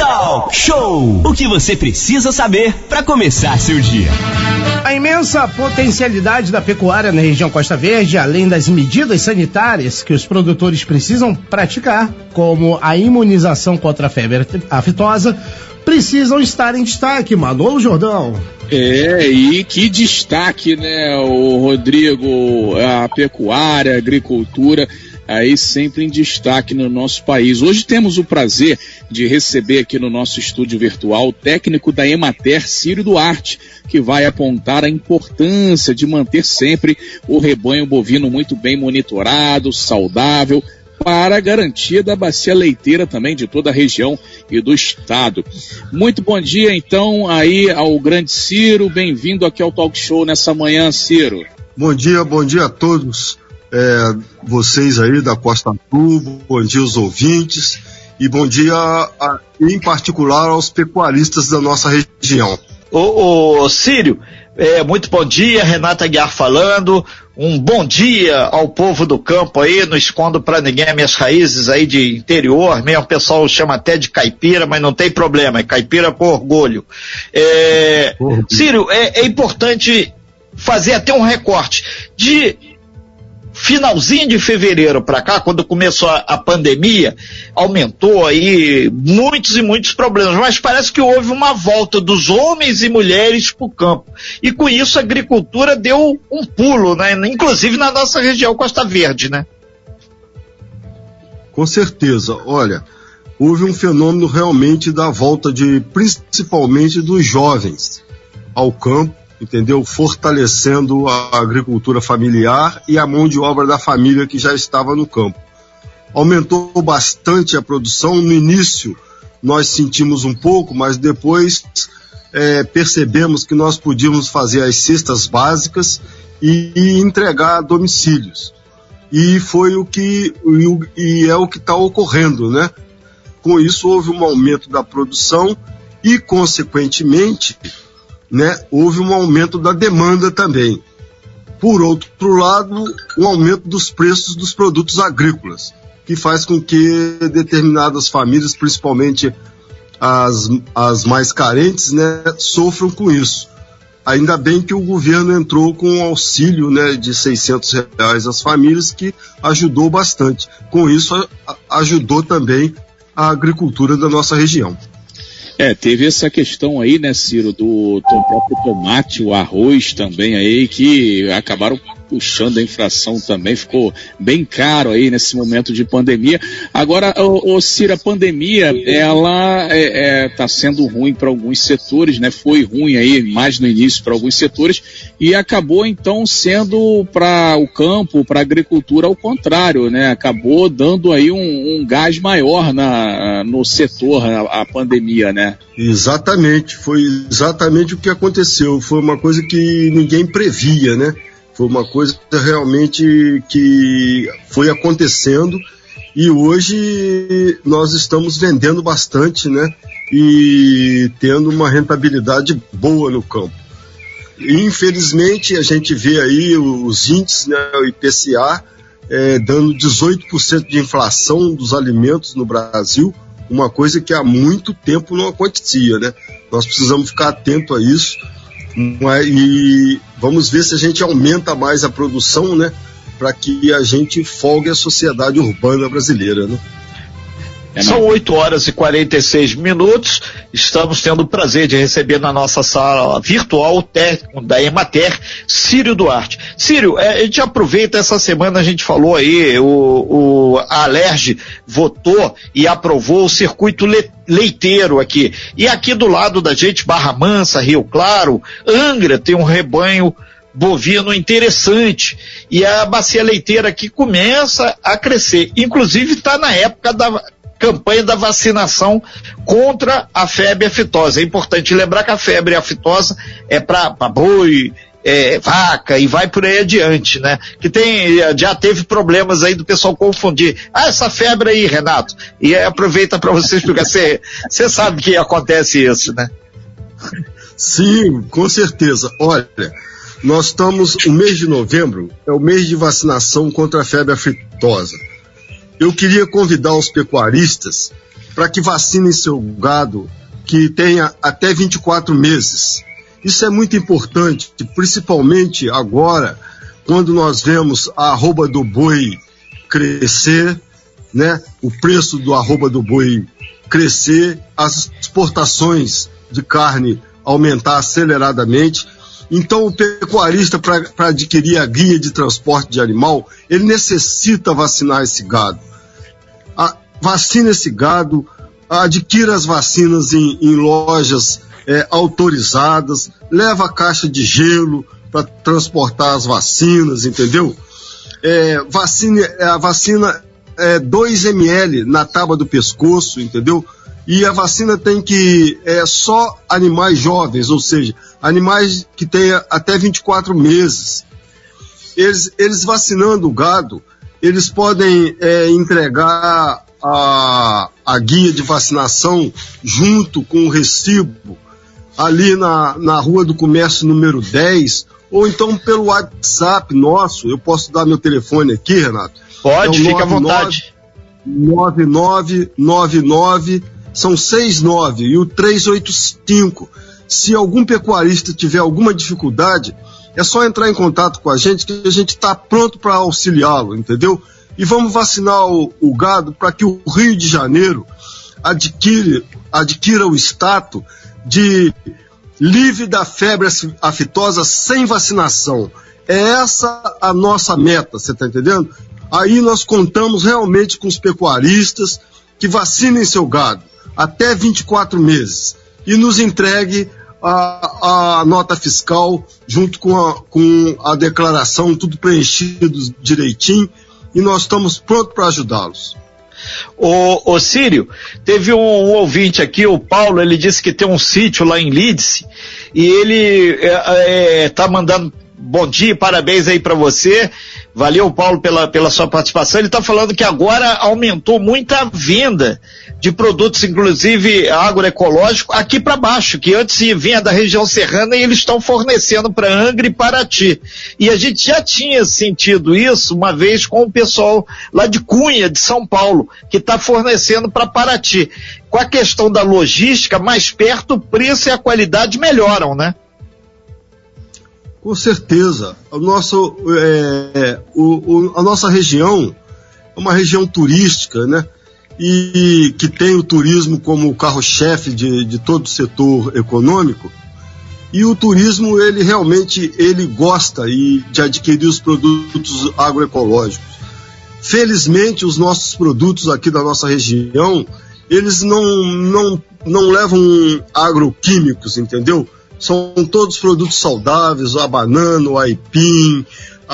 Talk Show. O que você precisa saber para começar seu dia. A imensa potencialidade da pecuária na região Costa Verde, além das medidas sanitárias que os produtores precisam praticar, como a imunização contra a febre aftosa, precisam estar em destaque. Manolo Jordão. E que destaque, né, o Rodrigo, a pecuária, a agricultura, aí sempre em destaque no nosso país. Hoje temos o prazer de receber aqui no nosso estúdio virtual o técnico da Emater, Círio Duarte, que vai apontar a importância de manter sempre o rebanho bovino muito bem monitorado, saudável, para a garantia da bacia leiteira também de toda a região e do estado. Muito bom dia, então, aí ao grande Ciro. Bem-vindo aqui ao Talk Show nessa manhã, Ciro. Bom dia a todos, vocês aí da Costa Azul, bom dia aos ouvintes e bom dia, em particular, aos pecuaristas da nossa região. Ô Círio, muito bom dia, Renata Aguiar falando. Um bom dia ao povo do campo aí, não escondo pra ninguém as minhas raízes aí de interior, mesmo o pessoal chama até de caipira, mas não tem problema, é caipira com orgulho. Círio, é importante fazer até um recorte de finalzinho de fevereiro para cá, quando começou a pandemia, aumentou aí muitos e muitos problemas, mas parece que houve uma volta dos homens e mulheres para o campo, e com isso a agricultura deu um pulo, né? Inclusive na nossa região Costa Verde, né? Com certeza, olha, houve um fenômeno realmente da volta principalmente dos jovens ao campo, entendeu? Fortalecendo a agricultura familiar e a mão de obra da família que já estava no campo. Aumentou bastante a produção. No início nós sentimos um pouco, mas depois percebemos que nós podíamos fazer as cestas básicas e entregar a domicílios. E foi o que está ocorrendo, né? Com isso houve um aumento da produção e, consequentemente, né, houve um aumento da demanda também. Por outro lado, um aumento dos preços dos produtos agrícolas, que faz com que determinadas famílias, principalmente as mais carentes, né, sofram com isso. Ainda bem que o governo entrou com um auxílio, né, de R$600 às famílias, que ajudou bastante. Com isso, ajudou também a agricultura da nossa região. Teve essa questão aí, né, Ciro, do próprio tomate, o arroz também aí, que acabaram puxando a inflação também, ficou bem caro aí nesse momento de pandemia. Agora, Ciro, a pandemia, ela tá sendo ruim para alguns setores, né, foi ruim aí mais no início para alguns setores e acabou então sendo para o campo, para a agricultura ao contrário, né, acabou dando aí um gás maior no setor, a pandemia, né? Exatamente, foi exatamente o que aconteceu, foi uma coisa que ninguém previa, né? Foi uma coisa realmente que foi acontecendo e hoje nós estamos vendendo bastante, né? E tendo uma rentabilidade boa no campo. Infelizmente a gente vê aí os índices, né, o IPCA, dando 18% de inflação dos alimentos no Brasil, uma coisa que há muito tempo não acontecia, né? Nós precisamos ficar atento a isso. E vamos ver se a gente aumenta mais a produção, né, para que a gente folgue a sociedade urbana brasileira, né? São 8h46. Estamos tendo o prazer de receber na nossa sala virtual o técnico da Emater, Círio Duarte. Círio, a gente aproveita, essa semana a gente falou aí, a Alerj votou e aprovou o circuito leiteiro aqui. E aqui do lado da gente, Barra Mansa, Rio Claro, Angra tem um rebanho bovino interessante. E a bacia leiteira aqui começa a crescer. Inclusive está na época da campanha da vacinação contra a febre aftosa. É importante lembrar que a febre aftosa é para boi, vaca e vai por aí adiante, né? Que já teve problemas aí do pessoal confundir. Essa febre aí, Renato. E aproveita para você explicar. Você sabe que acontece isso, né? Sim, com certeza. Olha, nós estamos, o mês de novembro é o mês de vacinação contra a febre aftosa. Eu queria convidar os pecuaristas para que vacinem seu gado que tenha até 24 meses. Isso é muito importante, principalmente agora, quando nós vemos a arroba do boi crescer, né? O preço do arroba do boi crescer, as exportações de carne aumentar aceleradamente. Então, o pecuarista, para adquirir a guia de transporte de animal, ele necessita vacinar esse gado. Vacina esse gado, adquira as vacinas em lojas autorizadas, leva a caixa de gelo para transportar as vacinas, entendeu? A vacina é 2 ml na tábua do pescoço, entendeu? E a vacina tem que só animais jovens, ou seja, animais que tenham até 24 meses. Eles vacinando o gado, eles podem entregar a guia de vacinação junto com o recibo ali na Rua do Comércio número 10, ou então pelo WhatsApp nosso. Eu posso dar meu telefone aqui, Renato? Pode, fica à vontade. 9999, são 69 e o 385. Se algum pecuarista tiver alguma dificuldade, é só entrar em contato com a gente, que a gente está pronto para auxiliá-lo, entendeu? E vamos vacinar o gado para que o Rio de Janeiro adquira o status de livre da febre aftosa sem vacinação. É essa a nossa meta, você está entendendo? Aí nós contamos realmente com os pecuaristas que vacinem seu gado até 24 meses e nos entregue a nota fiscal junto com a declaração, tudo preenchido direitinho, e nós estamos prontos para ajudá-los. Ô Círio, teve um ouvinte aqui, o Paulo, ele disse que tem um sítio lá em Leeds e ele tá mandando bom dia, parabéns aí para você. Valeu, Paulo, pela sua participação. Ele está falando que agora aumentou muito a venda de produtos, inclusive agroecológico, aqui para baixo, que antes vinha da região serrana e eles estão fornecendo para Angra e Paraty. E a gente já tinha sentido isso uma vez com o pessoal lá de Cunha, de São Paulo, que está fornecendo para Paraty. Com a questão da logística, mais perto o preço e a qualidade melhoram, né? Com certeza. A nossa região é uma região turística, né? E que tem o turismo como carro-chefe de todo o setor econômico. E o turismo, ele realmente gosta de adquirir os produtos agroecológicos. Felizmente, os nossos produtos aqui da nossa região, eles não levam agroquímicos, entendeu? São todos produtos saudáveis, a banana, o aipim,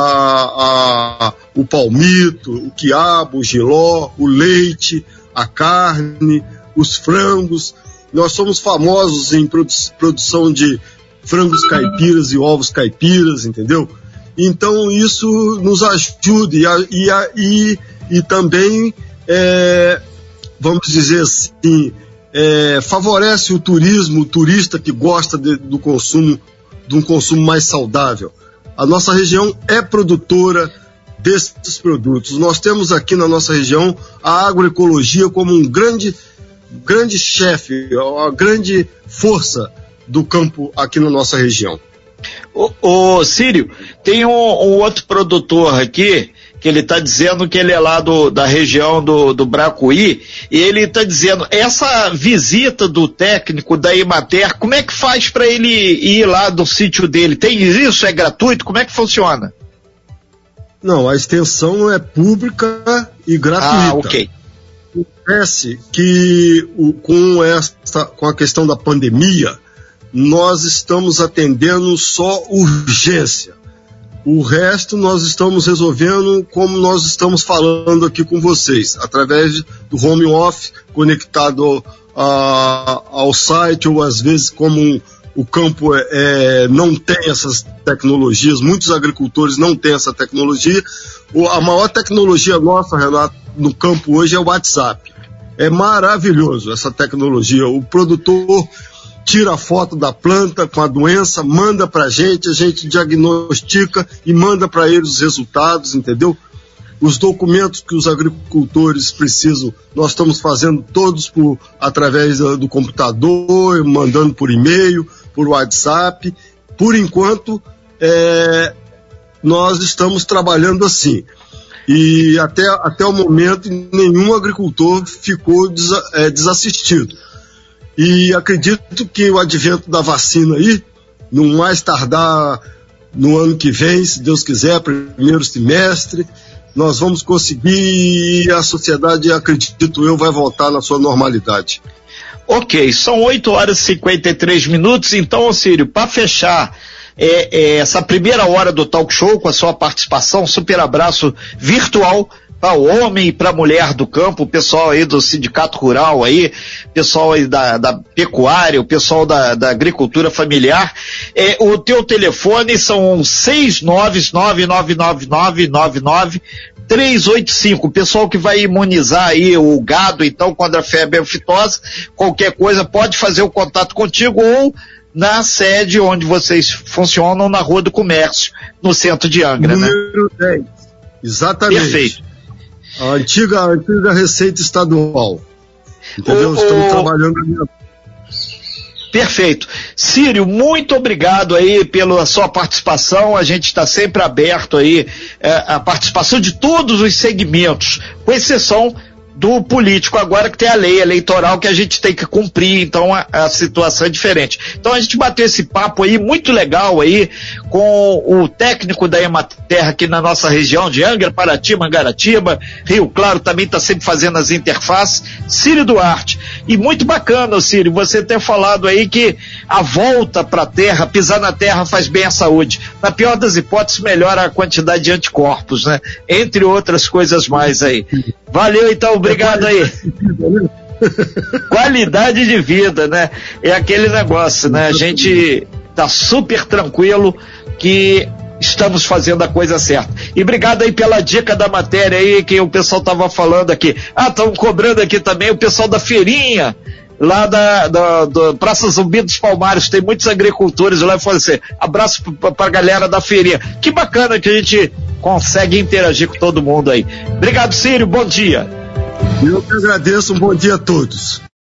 o palmito, o quiabo, o jiló, o leite, a carne, os frangos. Nós somos famosos em produção de frangos caipiras e ovos caipiras, entendeu? Então isso nos ajuda e também, vamos dizer assim, favorece o turismo, o turista que gosta de um consumo mais saudável. A nossa região é produtora desses produtos. Nós temos aqui na nossa região a agroecologia como um grande chefe, a grande força do campo aqui na nossa região. Ô Círio, tem um outro produtor aqui que ele está dizendo que ele é lá da região do Bracuí, e ele está dizendo, essa visita do técnico da Emater, como é que faz para ele ir lá do sítio dele? Tem isso? É gratuito? Como é que funciona? Não, a extensão é pública e gratuita. Ok. Acontece que com a questão da pandemia, nós estamos atendendo só urgência. O resto nós estamos resolvendo como nós estamos falando aqui com vocês, através do home office, conectado ao site, ou às vezes como o campo não tem essas tecnologias, muitos agricultores não têm essa tecnologia. A maior tecnologia nossa, Renato, no campo hoje é o WhatsApp. É maravilhoso essa tecnologia. O produtor tira a foto da planta com a doença, manda pra gente, a gente diagnostica e manda para eles os resultados, entendeu? Os documentos que os agricultores precisam, nós estamos fazendo todos através do computador, mandando por e-mail, por WhatsApp. Por enquanto, nós estamos trabalhando assim. E até o momento, nenhum agricultor ficou desassistido. E acredito que o advento da vacina aí, no mais tardar no ano que vem, se Deus quiser, primeiro semestre, nós vamos conseguir e a sociedade, acredito eu, vai voltar na sua normalidade. Ok, são 8h53, então, Círio, para fechar essa primeira hora do talk show com a sua participação, super abraço virtual para o homem e para a mulher do campo, o pessoal aí do Sindicato Rural aí, pessoal aí da pecuária, o pessoal da agricultura familiar. O teu telefone são 6999999 o pessoal que vai imunizar aí o gado, então, contra a febre aftosa, qualquer coisa pode fazer o contato contigo ou na sede onde vocês funcionam, na Rua do Comércio, no centro de Angra, Número 10. Exatamente. Perfeito. A antiga Receita Estadual. Entendeu? Estamos trabalhando. Perfeito. Círio, muito obrigado aí pela sua participação. A gente está sempre aberto aí a participação de todos os segmentos, com exceção do político, agora que tem a lei eleitoral que a gente tem que cumprir, então a situação é diferente. Então a gente bateu esse papo aí, muito legal aí, com o técnico da Emater aqui na nossa região de Angra, Paraty, Mangaratiba, Rio Claro também está sempre fazendo as interfaces, Círio Duarte. E muito bacana, Círio, você ter falado aí que a volta para a terra, pisar na terra faz bem à saúde. Na pior das hipóteses, melhora a quantidade de anticorpos, né? Entre outras coisas mais aí. Valeu, então, obrigado aí. Qualidade de vida, né? É aquele negócio, né? A gente tá super tranquilo que estamos fazendo a coisa certa. E obrigado aí pela dica da matéria aí que o pessoal tava falando aqui. Estão cobrando aqui também o pessoal da feirinha, lá da Praça Zumbi dos Palmares, tem muitos agricultores lá e falam assim, abraço pra galera da feirinha. Que bacana que a gente consegue interagir com todo mundo aí. Obrigado, Círio, bom dia. Eu que agradeço, um bom dia a todos.